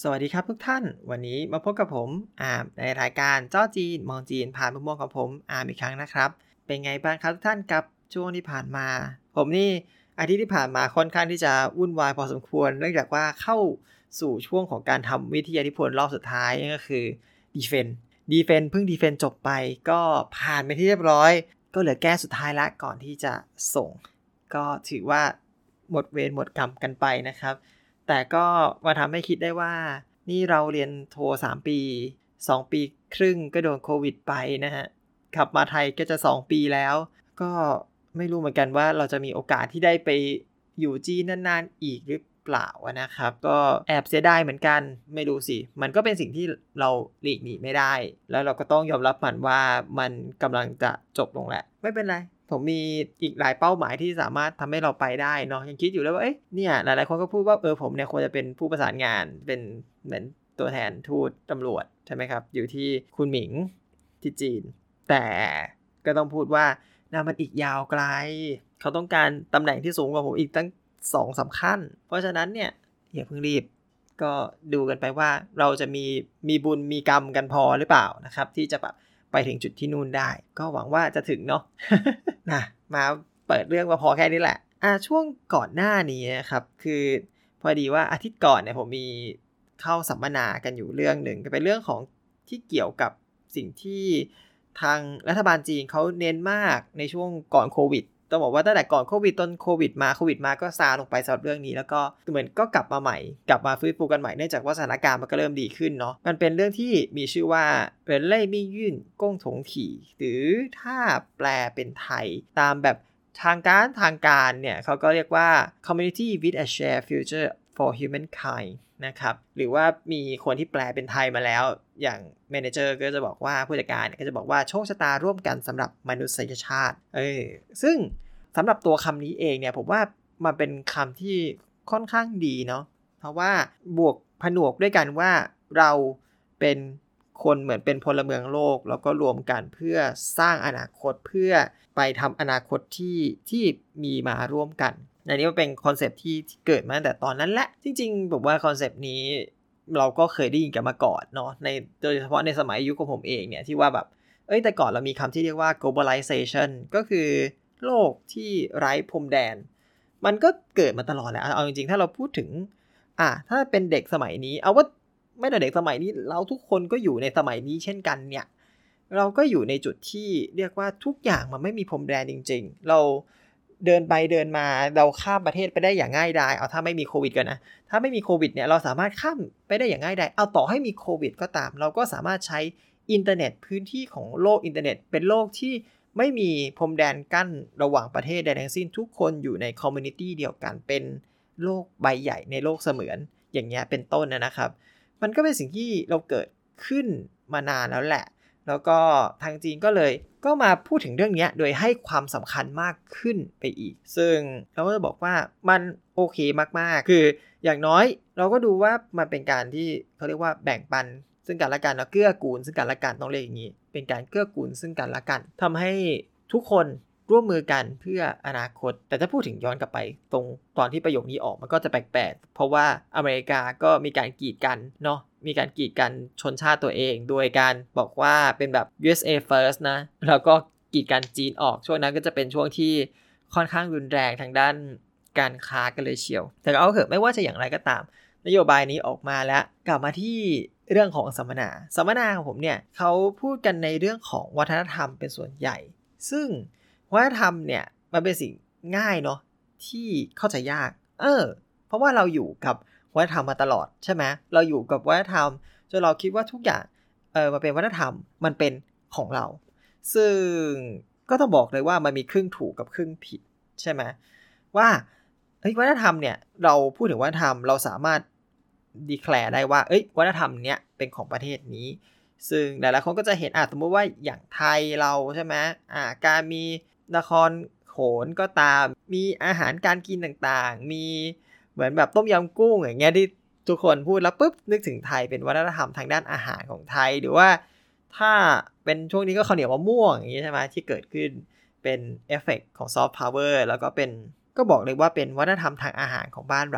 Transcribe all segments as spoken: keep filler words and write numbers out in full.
สวัสดีครับทุกท่านวันนี้มาพบกับผมอาร์มในรายการเจ้าจีนมองจีนผ่านมุมมองของผมอาร์มอีกครั้งนะครับเป็นไงบ้างครับทุกท่านกับช่วงที่ผ่านมาผมนี่อาทิตย์ที่ผ่านมาค่อนข้างที่จะวุ่นวายพอสมควรเนื่องจากว่าเข้าสู่ช่วงของการทำวิทยานิพนธ์รอบสุดท้ายก็คือดีเฟนต์ดีเฟนต์เพิ่งดีเฟนต์จบไปก็ผ่านไปที่เรียบร้อยก็เหลือแก้สุดท้ายละก่อนที่จะส่งก็ถือว่าหมดเวรหมดกรรมกันไปนะครับแต่ก็มาทำให้คิดได้ว่านี่เราเรียนโทสามปีสองปีครึ่งก็โดนโควิดไปนะฮะกลับมาไทยก็จะสองปีแล้วก็ไม่รู้เหมือนกันว่าเราจะมีโอกาสที่ได้ไปอยู่จีนนานๆอีกหรือเปล่านะครับก็แอบเสียดายเหมือนกันไม่รู้สิมันก็เป็นสิ่งที่เราหลีกหนีไม่ได้แล้วเราก็ต้องยอมรับมันว่ามันกำลังจะจบลงแหละไม่เป็นไรผมมีอีกหลายเป้าหมายที่สามารถทำให้เราไปได้เนาะยังคิดอยู่แล้วว่าเอ๊ะเนี่ยหลายๆคนก็พูดว่าเออผมเนี่ยควรจะเป็นผู้ประสานงานเป็นเหมือนตัวแทนทูตตำรวจใช่ไหมครับอยู่ที่คุณหมิงที่จีนแต่ก็ต้องพูดว่าน่ามันอีกยาวไกลเขาต้องการตำแหน่งที่สูงกว่าผมอีกตั้งสองสามขั้นเพราะฉะนั้นเนี่ยอย่าเพิ่งรีบก็ดูกันไปว่าเราจะมีมีบุญมีกรรมกันพอหรือเปล่านะครับที่จะแบบไปถึงจุดที่นู่นได้ก็หวังว่าจะถึงเนาะ นะมาเปิดเรื่องมาพอแค่นี้แหละอ่ะช่วงก่อนหน้านี้นะครับคือพอดีว่าอาทิตย์ก่อนเนี่ยผมมีเข้าสัมมนากันอยู่เรื่องหนึ่งก็เป็นเรื่องของที่เกี่ยวกับสิ่งที่ทางรัฐบาลจีนเขาเน้นมากในช่วงก่อนโควิดต้องบอกว่าตั้งแต่ก่อนโควิดต้นโควิดมาโควิดมาก็ซาลงไปสำหรับเรื่องนี้แล้วก็เหมือนก็กลับมาใหม่กลับมาฟื้นฟูกันใหม่เนื่องจากว่าสถานการณ์มันก็เริ่มดีขึ้นเนาะมันเป็นเรื่องที่มีชื่อว่าเหรินเล่ยมิ่งยื่นก้งถงถี่หรือถ้าแปลเป็นไทยตามแบบทางการทางการเนี่ยเขาก็เรียกว่า Community with a Shared Future for Humankind นะครับหรือว่ามีคนที่แปลเป็นไทยมาแล้วอย่างแมเนเจอร์ก็จะบอกว่าผู้จัดการก็จะบอกว่าโชคชะตาร่วมกันสำหรับมนุษยชาติเออซึ่งสำหรับตัวคำนี้เองเนี่ยผมว่ามันเป็นคำที่ค่อนข้างดีเนาะเพราะว่าบวกผนวกด้วยกันว่าเราเป็นคนเหมือนเป็นพลเมืองโลกแล้วก็รวมกันเพื่อสร้างอนาคตเพื่อไปทำอนาคตที่ที่มีมาร่วมกันอันนี้มันเป็นคอนเซปต์ที่เกิดมาตั้งแต่ตอนนั้นแหละจริงๆผมว่าคอนเซปต์นี้เราก็เคยได้ยินกันมาก่อนเนาะในโดยเฉพาะในสมัยยุคของผมเองเนี่ยที่ว่าแบบเอ้ยแต่ก่อนเรามีคำที่เรียกว่า globalization ก็คือโลกที่ไร้พรมแดนมันก็เกิดมาตลอดแหละเอาจริงๆถ้าเราพูดถึงอ่ะถ้าเป็นเด็กสมัยนี้เอาว่าไม่แต่เด็กสมัยนี้เราทุกคนก็อยู่ในสมัยนี้เช่นกันเนี่ยเราก็อยู่ในจุดที่เรียกว่าทุกอย่างมันไม่มีพรมแดนจริงๆเราเดินไปเดินมาเราข้ามประเทศไปได้อย่างง่ายดายเอาถ้าไม่มีโควิดกันนะถ้าไม่มีโควิดเนี่ยเราสามารถข้ามไปได้อย่างง่ายดายเอาต่อให้มีโควิดก็ตามเราก็สามารถใช้อินเทอร์เน็ตพื้นที่ของโลกอินเทอร์เน็ตเป็นโลกที่ไม่มีพรมแดนกั้นระหว่างประเทศใดทั้งสิ้นทุกคนอยู่ในคอมมูนิตี้เดียวกันเป็นโลกใบใหญ่ในโลกเสมือนอย่างเงี้ยเป็นต้นนะครับมันก็เป็นสิ่งที่เราเกิดขึ้นมานานแล้วแหละแล้วก็ทางจีนก็เลยก็มาพูดถึงเรื่องนี้โดยให้ความสำคัญมากขึ้นไปอีกซึ่งเราก็จะบอกว่ามันโอเคมากๆคืออย่างน้อยเราก็ดูว่ามันเป็นการที่เขาเรียกว่าแบ่งปันซึ่งกันและกันแล้วเกื้อกูลซึ่งกันและกันต้องเรียกอย่างนี้เป็นการเกื้อกูลซึ่งกันและกันทำให้ทุกคนร่วมมือกันเพื่ออนาคตแต่ถ้าพูดถึงย้อนกลับไปตรงตอนที่ประโยคนี้ออกมันก็จะแปลกๆเพราะว่าอเมริกาก็มีการกีดกันเนาะมีการกีดกันชนชาติตัวเองโดยการบอกว่าเป็นแบบ ยู เอส เอ first นะแล้วก็กีดกันจีนออกช่วงนั้นก็จะเป็นช่วงที่ค่อนข้างรุนแรงทางด้านการค้ากันเลยเชียวแต่เอาเถอะไม่ว่าจะอย่างไรก็ตามนโยบายนี้ออกมาแล้วกลับมาที่เรื่องของสัมมนาสัมมนาของผมเนี่ยเขาพูดกันในเรื่องของวัฒนธรรมเป็นส่วนใหญ่ซึ่งวัฒนธรรมเนี่ยมันเป็นสิ่งง่ายเนาะที่เข้าใจยากเออเพราะว่าเราอยู่กับวัฒนธรรมมาตลอดใช่ไหมเราอยู่กับวัฒนธรรมจนเราคิดว่าทุกอย่างเออมันเป็นวัฒนธรรมมันเป็นของเราซึ่งก็ต้องบอกเลยว่ามันมีครึ่งถูกกับครึ่งผิดใช่ไหมว่าเฮ้ยวัฒนธรรมเนี่ยเราพูดถึงวัฒนธรรมเราสามารถdeclare ได้ว่าเอ้ยวัฒนธรรมเนี้ยเป็นของประเทศนี้ซึ่งหลายๆคนก็จะเห็นอ่ะสมมติว่าอย่างไทยเราใช่ไหมอ่าการมีละครโขนก็ตามมีอาหารการกินต่างๆมีเหมือนแบบต้มยำกุ้งอย่างเงี้ยที่ทุกคนพูดแล้วปุ๊บนึกถึงไทยเป็นวัฒนธรรมทางด้านอาหารของไทยหรือว่าถ้าเป็นช่วงนี้ก็ข้าวเหนียวมะม่วงอย่างงี้ใช่ไหมที่เกิดขึ้นเป็นเอฟเฟกต์ของซอฟต์พาวเวอร์แล้วก็เป็นก็บอกเลยว่าเป็นวัฒนธรรมทางอาหารของบ้านเรา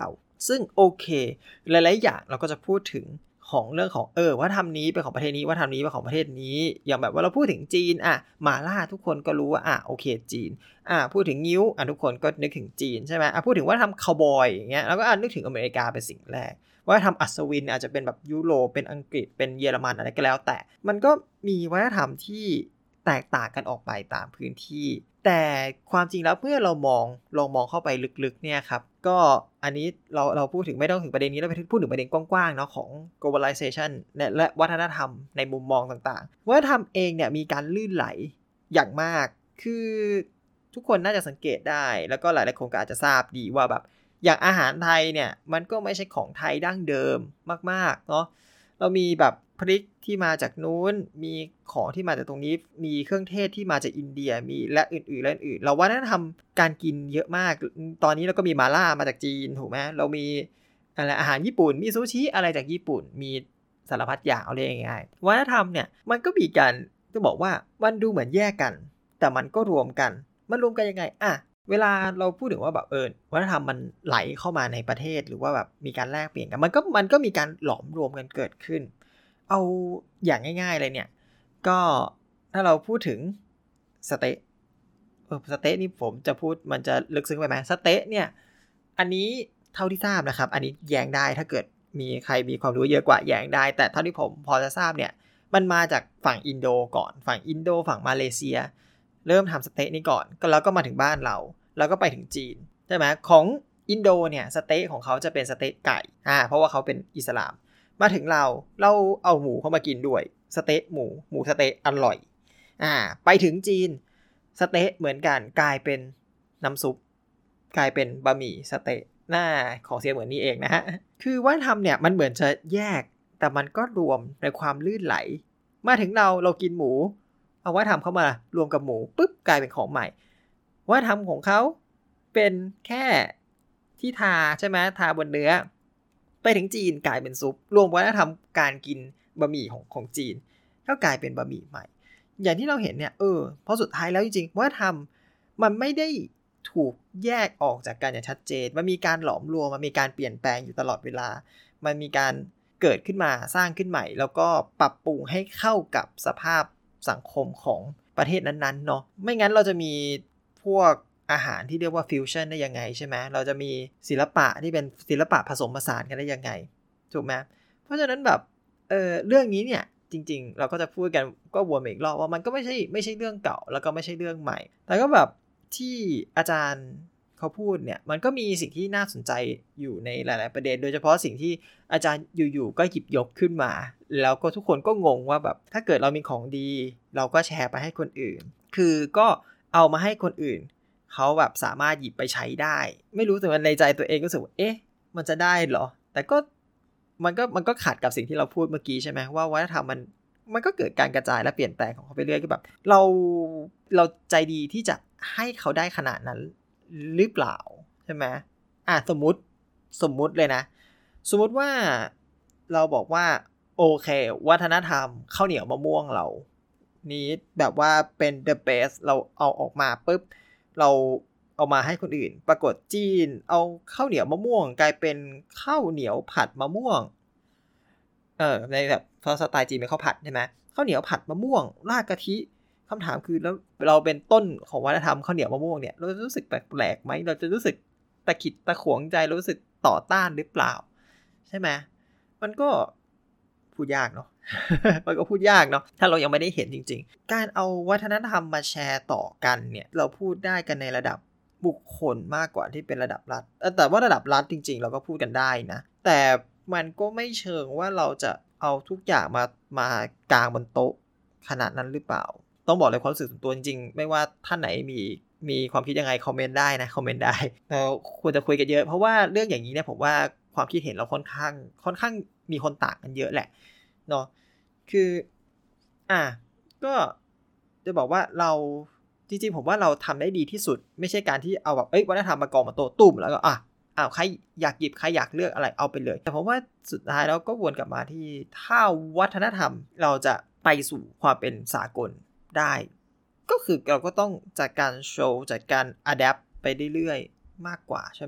ซึ่งโอเคหลายๆอย่างเราก็จะพูดถึงของเรื่องของเออว่าทำนี้เป็นของประเทศนี้ว่าทำนี้เป็นของประเทศนี้อย่างแบบว่าเราพูดถึงจีนอ่ะหม่าล่าทุกคนก็รู้ว่าอ่ะโอเคจีนอ่ะพูดถึงงิ้วอ่ะทุกคนก็นึกถึงจีนใช่ไหมอ่ะพูดถึงว่าทำคาวบอยอย่างเงี้ยแล้วก็อ่ะนึกถึงอเมริกาเป็นสิ่งแรกว่าทำอัศวินอาจจะเป็นแบบยุโรปเป็นอังกฤษเป็นเยอรมันอะไรก็แล้วแต่มันก็มีวัฒนธรรมที่แตกต่างกันออกไปตามพื้นที่แต่ความจริงแล้วเมื่อเรามองลองมองเข้าไปลึกๆเนี่ยครับก็อันนี้เราเราพูดถึงไม่ต้องถึงประเด็นนี้เราไปพูดถึงประเด็นกว้างๆเนาะของ globalization และวัฒนธรรมในมุมมองต่างๆวัฒนธรรมเองเนี่ยมีการลื่นไหลอย่างมากคือทุกคนน่าจะสังเกตได้แล้วก็หลายๆคนก็อาจจะทราบดีว่าแบบอย่างอาหารไทยเนี่ยมันก็ไม่ใช่ของไทยดั้งเดิมมากๆเนาะเรามีแบบพริกที่มาจากนู้นมีของที่มาจากตรงนี้มีเครื่องเทศที่มาจากอินเดียมีและอื่นๆและอื่นๆเราว่าน่าทำการกินเยอะมากตอนนี้เราก็มีมาล่ามาจากจีนถูกไหมเรามีอะไรอาหารญี่ปุ่นมีซูชิอะไรจากญี่ปุ่นมีสารพัดอย่างเอาเรียกง่ายๆวัฒนธรรมเนี่ยมันก็มีการจะบอกว่ามันดูเหมือนแยกกันแต่มันก็รวมกันมันรวมกันยังไงอ่ะเวลาเราพูดถึงว่าแบบเออวัฒนธรรมมันไหลเข้ามาในประเทศหรือว่าแบบมีการแลกเปลี่ยนกันมันก็มันก็มีการหลอมรวมกันเกิดขึ้นเอาอย่างง่ายๆเลยเนี่ยก็ถ้าเราพูดถึงสเต๊ะเออสเต๊ะนี่ผมจะพูดมันจะลึกซึ้งไปไหมสเต๊ะเนี่ยอันนี้เท่าที่ทราบนะครับอันนี้แย้งได้ถ้าเกิดมีใครมีความรู้เยอะกว่าแย้งได้แต่เท่าที่ผมพอจะทราบเนี่ยมันมาจากฝั่งอินโดก่อนฝั่งอินโดฝั่งมาเลเซียเริ่มทำสเต๊ะนี้ก่อนก็แล้วก็มาถึงบ้านเราแล้วก็ไปถึงจีนใช่ไหมของอินโดเนี่ยสเต๊ะของเขาจะเป็นสเต๊ะไก่อ่าเพราะว่าเขาเป็นอิสลามมาถึงเราเราเอาหมูเข้ามากินด้วยสเต๊ะหมูหมูสเต๊ะอร่อยอ่าไปถึงจีนสเต๊ะเหมือนกันกลายเป็นน้ำซุปกลายเป็นบะหมี่สเต๊ะหน้าของเสียเหมือนนี้เองนะฮะคือว่าทำเนี่ยมันเหมือนจะแยกแต่มันก็รวมในความลื่นไหลมาถึงเราเรากินหมูเอาว่าทำเข้ามารวมกับหมูปุ๊บกลายเป็นของใหม่ว่าทำของเขาเป็นแค่ที่ทาใช่ไหมทาบนเนื้อไปถึงจีนกลายเป็นซุปรวมวัฒนธรรมการกินบะหมี่ของของจีนก็กลายเป็นบะหมี่ใหม่อย่างที่เราเห็นเนี่ยเออเพราะสุดท้ายแล้วจริงๆวัฒนธรรมมันไม่ได้ถูกแยกออกจากกันอย่างชัดเจนมันมีการหลอมรวมมันมีการเปลี่ยนแปลงอยู่ตลอดเวลามันมีการเกิดขึ้นมาสร้างขึ้นใหม่แล้วก็ปรับปรุงให้เข้ากับสภาพสังคมของประเทศนั้นๆเนาะไม่งั้นเราจะมีพวกอาหารที่เรียกว่าฟิวชั่นได้ยังไงใช่ไหมเราจะมีศิลปะที่เป็นศิลปะผสมผสานกันได้ยังไงถูกไหมเพราะฉะนั้นแบบเออเรื่องนี้เนี่ยจริงๆเราก็จะพูดกันก็วนมาอีกรอบว่ามันก็ไม่ใช่ไม่ใช่เรื่องเก่าแล้วก็ไม่ใช่เรื่องใหม่แต่ก็แบบที่อาจารย์เขาพูดเนี่ยมันก็มีสิ่งที่น่าสนใจอยู่ในหลายๆประเด็นโดยเฉพาะสิ่งที่อาจารย์อยู่ๆก็หยิบยกขึ้นมาแล้วก็ทุกคนก็งงว่าแบบถ้าเกิดเรามีของดีเราก็แชร์ไปให้คนอื่นคือก็เอามาให้คนอื่นเขาแบบสามารถหยิบไปใช้ได้ไม่รู้แต่ว่าในใจตัวเองก็รู้สึกว่าเอ๊ะมันจะได้เหรอแต่ก็มันก็มันก็ขัดกับสิ่งที่เราพูดเมื่อกี้ใช่ไหมว่าวัฒนธรรมมันมันก็เกิดการกระจายและเปลี่ยนแปลงของเขาไปเรื่อยก็แบบเราเราใจดีที่จะให้เขาได้ขนาดนั้นหรือเปล่าใช่ไหมอ่ะสมมุติสมมุติเลยนะสมมุติว่าเราบอกว่าโอเควัฒนธรรมข้าวเหนียวมะม่วงเรานี้แบบว่าเป็น the best เราเอาออกมาปุ๊บเราเอามาให้คนอื่นปรากฏจีนเอาข้าวเหนียวมะม่วงกลายเป็นข้าวเหนียวผัดมะม่วงเออในแบบเพราะสไตล์จีนเป็นข้าวผัดใช่ไหมข้าวเหนียวผัดมะม่วงราดกะทิคำถามคือแล้วเราเป็นต้นของวัฒนธรรมข้าวเหนียวมะม่วงเนี่ยเราจะรู้สึกแปลกๆไหมเราจะรู้สึกตะขิดตะขวงใจรู้สึกต่อต้านหรือเปล่าใช่ไหมมันก็พูดยากเนาะ มันก็พูดยากเนาะถ้าเรายังไม่ได้เห็นจริงๆการเอาวัฒนธรรมมาแชร์ต่อกันเนี่ยเราพูดได้กันในระดับบุคคลมากกว่าที่เป็นระดับรัฐแต่ว่าระดับรัฐจริงๆเราก็พูดกันได้นะแต่มันก็ไม่เชิงว่าเราจะเอาทุกอย่างมามากางบนโต๊ะขนาดนั้นหรือเปล่าต้องบอกเลยความรู้สึกส่วนตัวจริงๆไม่ว่าท่านไหนมีมีความคิดยังไงคอมเมนต์ได้นะคอมเมนต์ได้เราควรจะคุยกันเยอะเพราะว่าเรื่องอย่างนี้เนี่ยผมว่าความคิดเห็นเราค่อนข้างค่อนข้างมีคนต่างกันเยอะแหละเนาะคืออ่ะก็จะบอกว่าเราจริงๆผมว่าเราทำได้ดีที่สุดไม่ใช่การที่เอาแบบเอ้ยวัฒนธรรมมากองมาโต๊ะตุ่มแล้วก็อ่ะอ้าวใครอยากหยิบใครอยากเลือกอะไรเอาไปเลยแต่ผมว่าสุดท้ายเราก็วนกลับมาที่ถ้าวัฒนธรรมเราจะไปสู่ความเป็นสากลได้ก็คือเราก็ต้องจัดการโชว์จัดการอะแดปไปเรื่อยๆมากกว่าใช่ไหมเ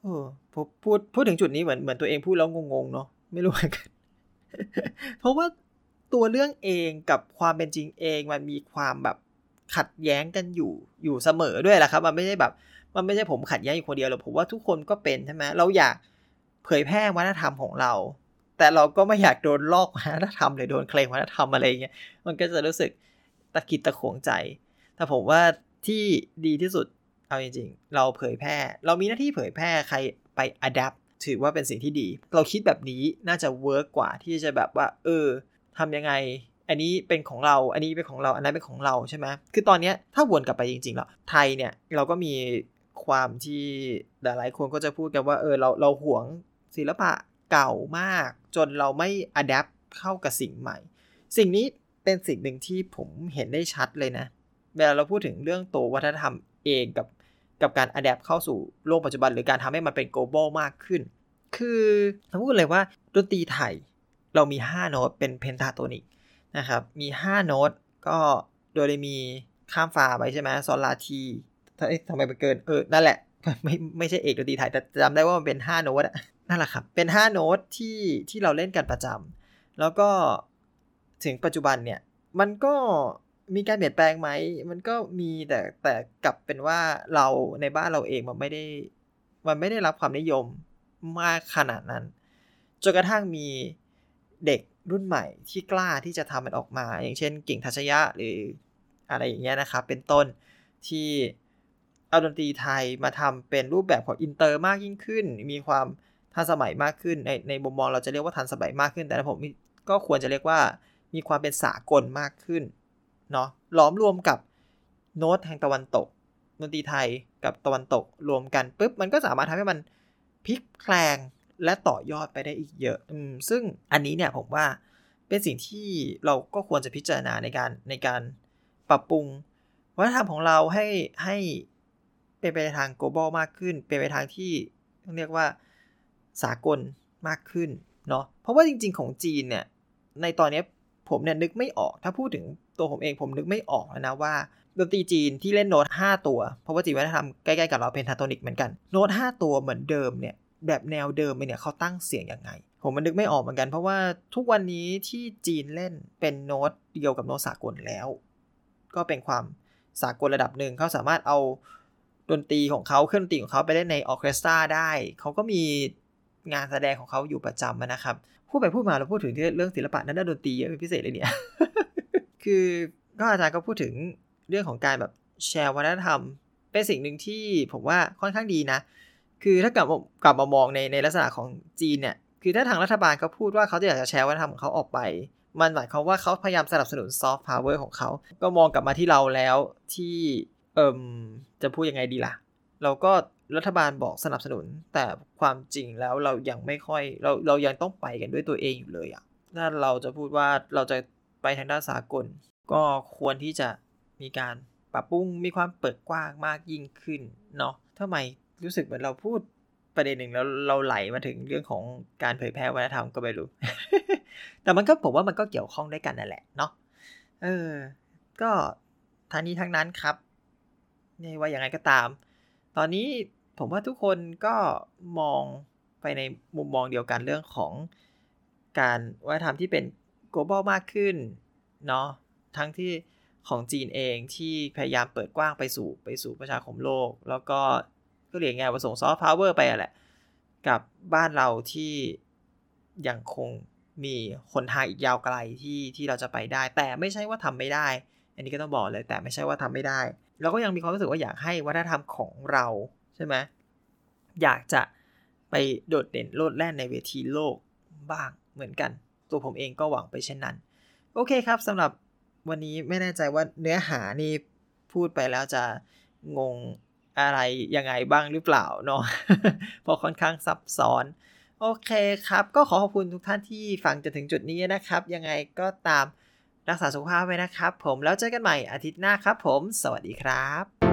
ออผมพูดพูดถึงจุดนี้เหมือนเหมือนตัวเองพูดแล้วงงๆเนาะไม่รู้เหมือนกัน เพราะว่าตัวเรื่องเองกับความเป็นจริงเองมันมีความแบบขัดแย้งกันอยู่อยู่เสมอด้วยแหละครับมันไม่ใช่แบบมันไม่ใช่ผมขัดแย้งอยู่คนเดียวหรอกผมว่าทุกคนก็เป็นใช่ไหมเราอยากเผยแพร่วัฒนธรรมของเราแต่เราก็ไม่อยากโดนลอกวัฒนธรรมหรือโดนเคลมวัฒนธรรมอะไรอย่างเงี้ยมันก็จะรู้สึกตะกิดตะขวงใจแต่ผมว่าที่ดีที่สุดเอาจริงๆเราเผยแพร่เรามีหน้าที่เผยแพร่ใครไป adapt ถือว่าเป็นสิ่งที่ดีเราคิดแบบนี้น่าจะเวิร์กกว่าที่จะแบบว่าเออทำยังไงอันนี้เป็นของเราอันนี้เป็นของเราอันนั้นเป็นของเราใช่ไหมคือตอนนี้ถ้าวนกลับไปจริงๆแล้วไทยเนี่ยเราก็มีความที่หลายๆคนก็จะพูดกันว่าเออเราเราหวงศิลปะเก่ามากจนเราไม่อะแดปเข้ากับสิ่งใหม่สิ่งนี้เป็นสิ่งหนึ่งที่ผมเห็นได้ชัดเลยนะเวลาเราพูดถึงเรื่องตัววัฒนธรรมเองกับกับการอะแดปเข้าสู่โลกปัจจุบันหรือการทำให้มันเป็น global มากขึ้นคือต้องพูดเลยว่าดนตรีไทยเรามีห้าโน้ตเป็นเพนทาโทนิกนะครับมีห้าโน้ตก็โดเรมีข้ามฟาไปใช่ไหมซอลลาทีทำไมมันเกินเออนั่นแหละไม่ไม่ใช่เอกดนตรีไทยแต่จำได้ว่ามันเป็นห้าโน้ตนั่นแหละครับเป็นห้าโน้ตที่ที่เราเล่นกันประจำแล้วก็ถึงปัจจุบันเนี่ยมันก็มีการเปลี่ยนแปลงไหมมันก็มีแต่แต่กลับเป็นว่าเราในบ้านเราเองมันไม่ได้มันไม่ได้รับความนิยมมากขนาดนั้นจนกระทั่งมีเด็กรุ่นใหม่ที่กล้าที่จะทำมันออกมาอย่างเช่นกิ่งทัชยะหรืออะไรอย่างเงี้ยนะครับเป็นต้นที่เอาดนตรีไทยมาทำเป็นรูปแบบของอินเตอร์มากยิ่งขึ้นมีความทันสมัยมากขึ้นในในมุมมองเราจะเรียกว่าทันสมัยมากขึ้นแต่ผมก็ควรจะเรียกว่ามีความเป็นสากลมากขึ้นเนาะล้อมรวมกับโน้ตแห่งตะวันตกดนตรีไทยกับตะวันตกรวมกันปุ๊บมันก็สามารถทำให้มันพลิกแพลงและต่อยอดไปได้อีกเยอะอืมซึ่งอันนี้เนี่ยผมว่าเป็นสิ่งที่เราก็ควรจะพิจารณาในการในการปรับปรุงวัฒนธรรมของเราให้ให้เป็นไปในทาง global มากขึ้นเป็นไปทางที่ต้องเรียกว่าสากลมากขึ้นเนาะเพราะว่าจริงๆของจีนเนี่ยในตอนนี้ผมเนี่ยนึกไม่ออกถ้าพูดถึงตัวผมเองผมนึกไม่ออกแล้วนะว่าดนตรีจีนที่เล่นโน้ตห้าตัวเพราะว่าจีนวัฒนธรรมใกล้ๆกับเราเพนทาโทนิกเหมือนกันโน้ตห้าตัวเหมือนเดิมเนี่ยแบบแนวเดิมเนี่ยเขาตั้งเสียงยังไงผมมันนึกไม่ออกเหมือนกันเพราะว่าทุกวันนี้ที่จีนเล่นเป็นโน้ตเดียวกับโน้ตสากลแล้วก็เป็นความสากลระดับหนึ่งเขาสามารถเอาดนตรีของเขาเครื่องดนตรีของเขาไปเล่นในออร์เคสตราได้เขาก็มีงานแสดงของเขาอยู่ประจำนะครับพูดไปพูดมาเราพูดถึงเรื่องศิลปะด้านดนตรีเยอะเป็นพิเศษเลยเนี่ย คือก็อาจารย์ก็พูดถึงเรื่องของการแบบแชร์วัฒนธรรมเป็นสิ่งหนึ่งที่ผมว่าค่อนข้างดีนะคือถ้ากลับกลับมามองในในลักษณะของจีนเนี่ยคือถ้าทางรัฐบาลเขาพูดว่าเขาอยากจะแชร์วัฒนธรรมของเขาออกไปมันหมายความว่าเขาพยายามสนับสนุนซอฟต์พาวเวอร์ของเขาก็มองกลับมาที่เราแล้วที่เอ่มจะพูดยังไงดีล่ะเราก็รัฐบาลบอกสนับสนุนแต่ความจริงแล้วเรายังไม่ค่อยเราเรายังต้องไปกันด้วยตัวเองอยู่เลยอ่ะถ้าเราจะพูดว่าเราจะไปทางด้านสากลก็ควรที่จะมีการปรับปรุงมีความเปิดกว้างมากยิ่งขึ้นเนาะทำไมรู้สึกเหมือนเราพูดประเด็นหนึ่งแล้วเราไหลมาถึงเรื่องของการเผยแพร่วัฒนธรรมก็ไม่รู้ แต่มันก็ผมว่ามันก็เกี่ยวข้องด้วยกันนั่นแหละเนาะเออก็ทั้งนี้ทั้งนั้นครับไม่ว่าอย่างไรก็ตามตอนนี้ผมว่าทุกคนก็มองไปในมุมมองเดียวกันเรื่องของการวัฒนธรรมที่เป็น global มากขึ้นเนาะทั้งที่ของจีนเองที่พยายามเปิดกว้างไปสู่ไปสู่ประชาคมโลกแล้วก็ก็เรียกไงว่าส่งซอฟต์พาวเวอร์ไปแหละกับบ้านเราที่ยังคงมีหนทางอีกยาวไกลที่ที่เราจะไปได้แต่ไม่ใช่ว่าทำไม่ได้อันนี้ก็ต้องบอกเลยแต่ไม่ใช่ว่าทำไม่ได้เราก็ยังมีความรู้สึกว่าอยากให้วัฒนธรรมของเราใช่ไหมอยากจะไปโดดเด่นโลดแล่นในเวทีโลกบ้างเหมือนกันตัวผมเองก็หวังไปเช่นนั้นโอเคครับสำหรับวันนี้ไม่แน่ใจว่าเนื้อหานี่พูดไปแล้วจะงงอะไรยังไงบ้างหรือเปล่าเนาะ เพราะค่อนข้างซับซ้อนโอเคครับก็ขอขอบคุณทุกท่านที่ฟังจนถึงจุดนี้นะครับยังไงก็ตามรักษาสุขภาพไว้นะครับผมแล้วเจอกันใหม่อาทิตย์หน้าครับผมสวัสดีครับ